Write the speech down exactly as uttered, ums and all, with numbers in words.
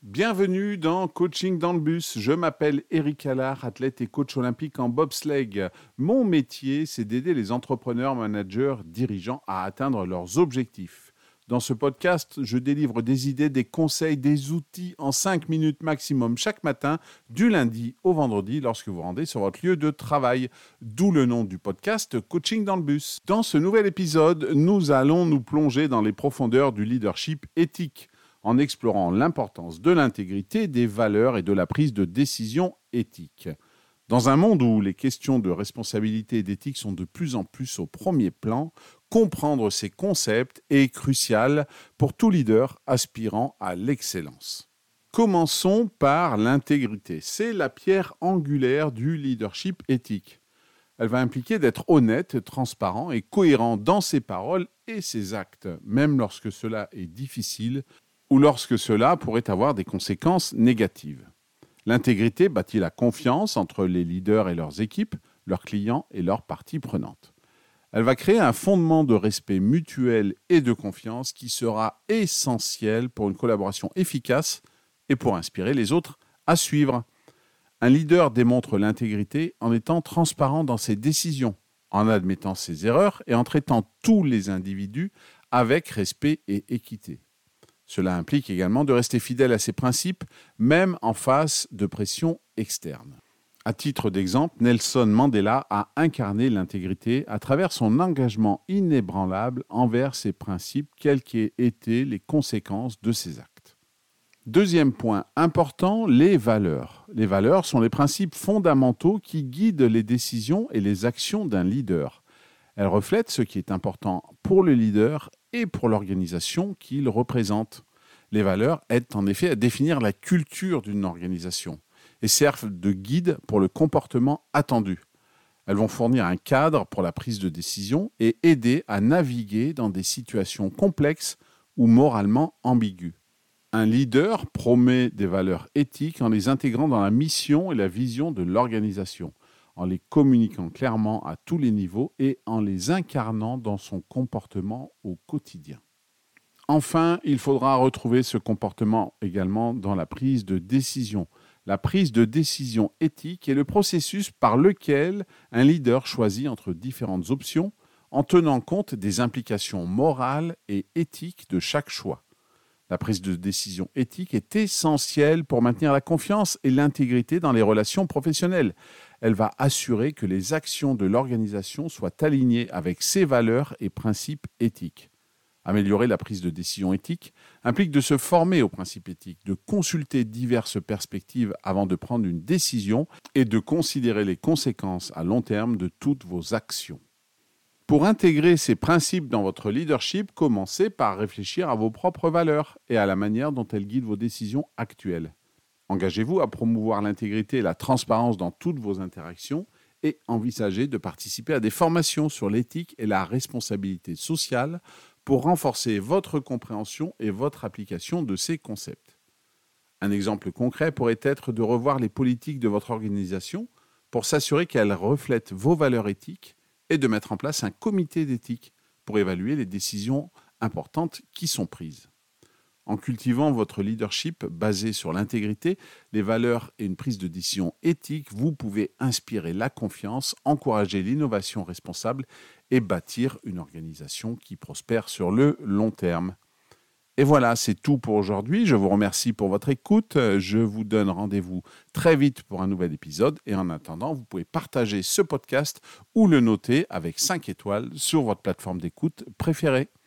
Bienvenue dans Coaching dans le bus. Je m'appelle Eric Allard, athlète et coach olympique en bobsleigh. Mon métier, c'est d'aider les entrepreneurs, managers, dirigeants à atteindre leurs objectifs. Dans ce podcast, je délivre des idées, des conseils, des outils en cinq minutes maximum chaque matin, du lundi au vendredi, lorsque vous rendez sur votre lieu de travail. D'où le nom du podcast Coaching dans le bus. Dans ce nouvel épisode, nous allons nous plonger dans les profondeurs du leadership éthique, en explorant l'importance de l'intégrité, des valeurs et de la prise de décision éthique. Dans un monde où les questions de responsabilité et d'éthique sont de plus en plus au premier plan, comprendre ces concepts est crucial pour tout leader aspirant à l'excellence. Commençons par l'intégrité. C'est la pierre angulaire du leadership éthique. Elle va impliquer d'être honnête, transparent et cohérent dans ses paroles et ses actes, même lorsque cela est difficile ou lorsque cela pourrait avoir des conséquences négatives. L'intégrité bâtit la confiance entre les leaders et leurs équipes, leurs clients et leurs parties prenantes. Elle va créer un fondement de respect mutuel et de confiance qui sera essentiel pour une collaboration efficace et pour inspirer les autres à suivre. Un leader démontre l'intégrité en étant transparent dans ses décisions, en admettant ses erreurs et en traitant tous les individus avec respect et équité. Cela implique également de rester fidèle à ses principes, même en face de pressions externes. À titre d'exemple, Nelson Mandela a incarné l'intégrité à travers son engagement inébranlable envers ses principes, quelles qu'aient été les conséquences de ses actes. Deuxième point important, les valeurs. Les valeurs sont les principes fondamentaux qui guident les décisions et les actions d'un leader. Elles reflètent ce qui est important pour le leader et pour l'organisation qu'il représente. Les valeurs aident en effet à définir la culture d'une organisation et servent de guide pour le comportement attendu. Elles vont fournir un cadre pour la prise de décision et aider à naviguer dans des situations complexes ou moralement ambiguës. Un leader promet des valeurs éthiques en les intégrant dans la mission et la vision de l'organisation, en les communiquant clairement à tous les niveaux et en les incarnant dans son comportement au quotidien. Enfin, il faudra retrouver ce comportement également dans la prise de décision. La prise de décision éthique est le processus par lequel un leader choisit entre différentes options en tenant compte des implications morales et éthiques de chaque choix. La prise de décision éthique est essentielle pour maintenir la confiance et l'intégrité dans les relations professionnelles. Elle va assurer que les actions de l'organisation soient alignées avec ses valeurs et principes éthiques. Améliorer la prise de décision éthique implique de se former aux principes éthiques, de consulter diverses perspectives avant de prendre une décision et de considérer les conséquences à long terme de toutes vos actions. Pour intégrer ces principes dans votre leadership, commencez par réfléchir à vos propres valeurs et à la manière dont elles guident vos décisions actuelles. Engagez-vous à promouvoir l'intégrité et la transparence dans toutes vos interactions et envisagez de participer à des formations sur l'éthique et la responsabilité sociale pour renforcer votre compréhension et votre application de ces concepts. Un exemple concret pourrait être de revoir les politiques de votre organisation pour s'assurer qu'elles reflètent vos valeurs éthiques et de mettre en place un comité d'éthique pour évaluer les décisions importantes qui sont prises. En cultivant votre leadership basé sur l'intégrité, les valeurs et une prise de décision éthique, vous pouvez inspirer la confiance, encourager l'innovation responsable et bâtir une organisation qui prospère sur le long terme. Et voilà, c'est tout pour aujourd'hui. Je vous remercie pour votre écoute. Je vous donne rendez-vous très vite pour un nouvel épisode. Et en attendant, vous pouvez partager ce podcast ou le noter avec cinq étoiles sur votre plateforme d'écoute préférée.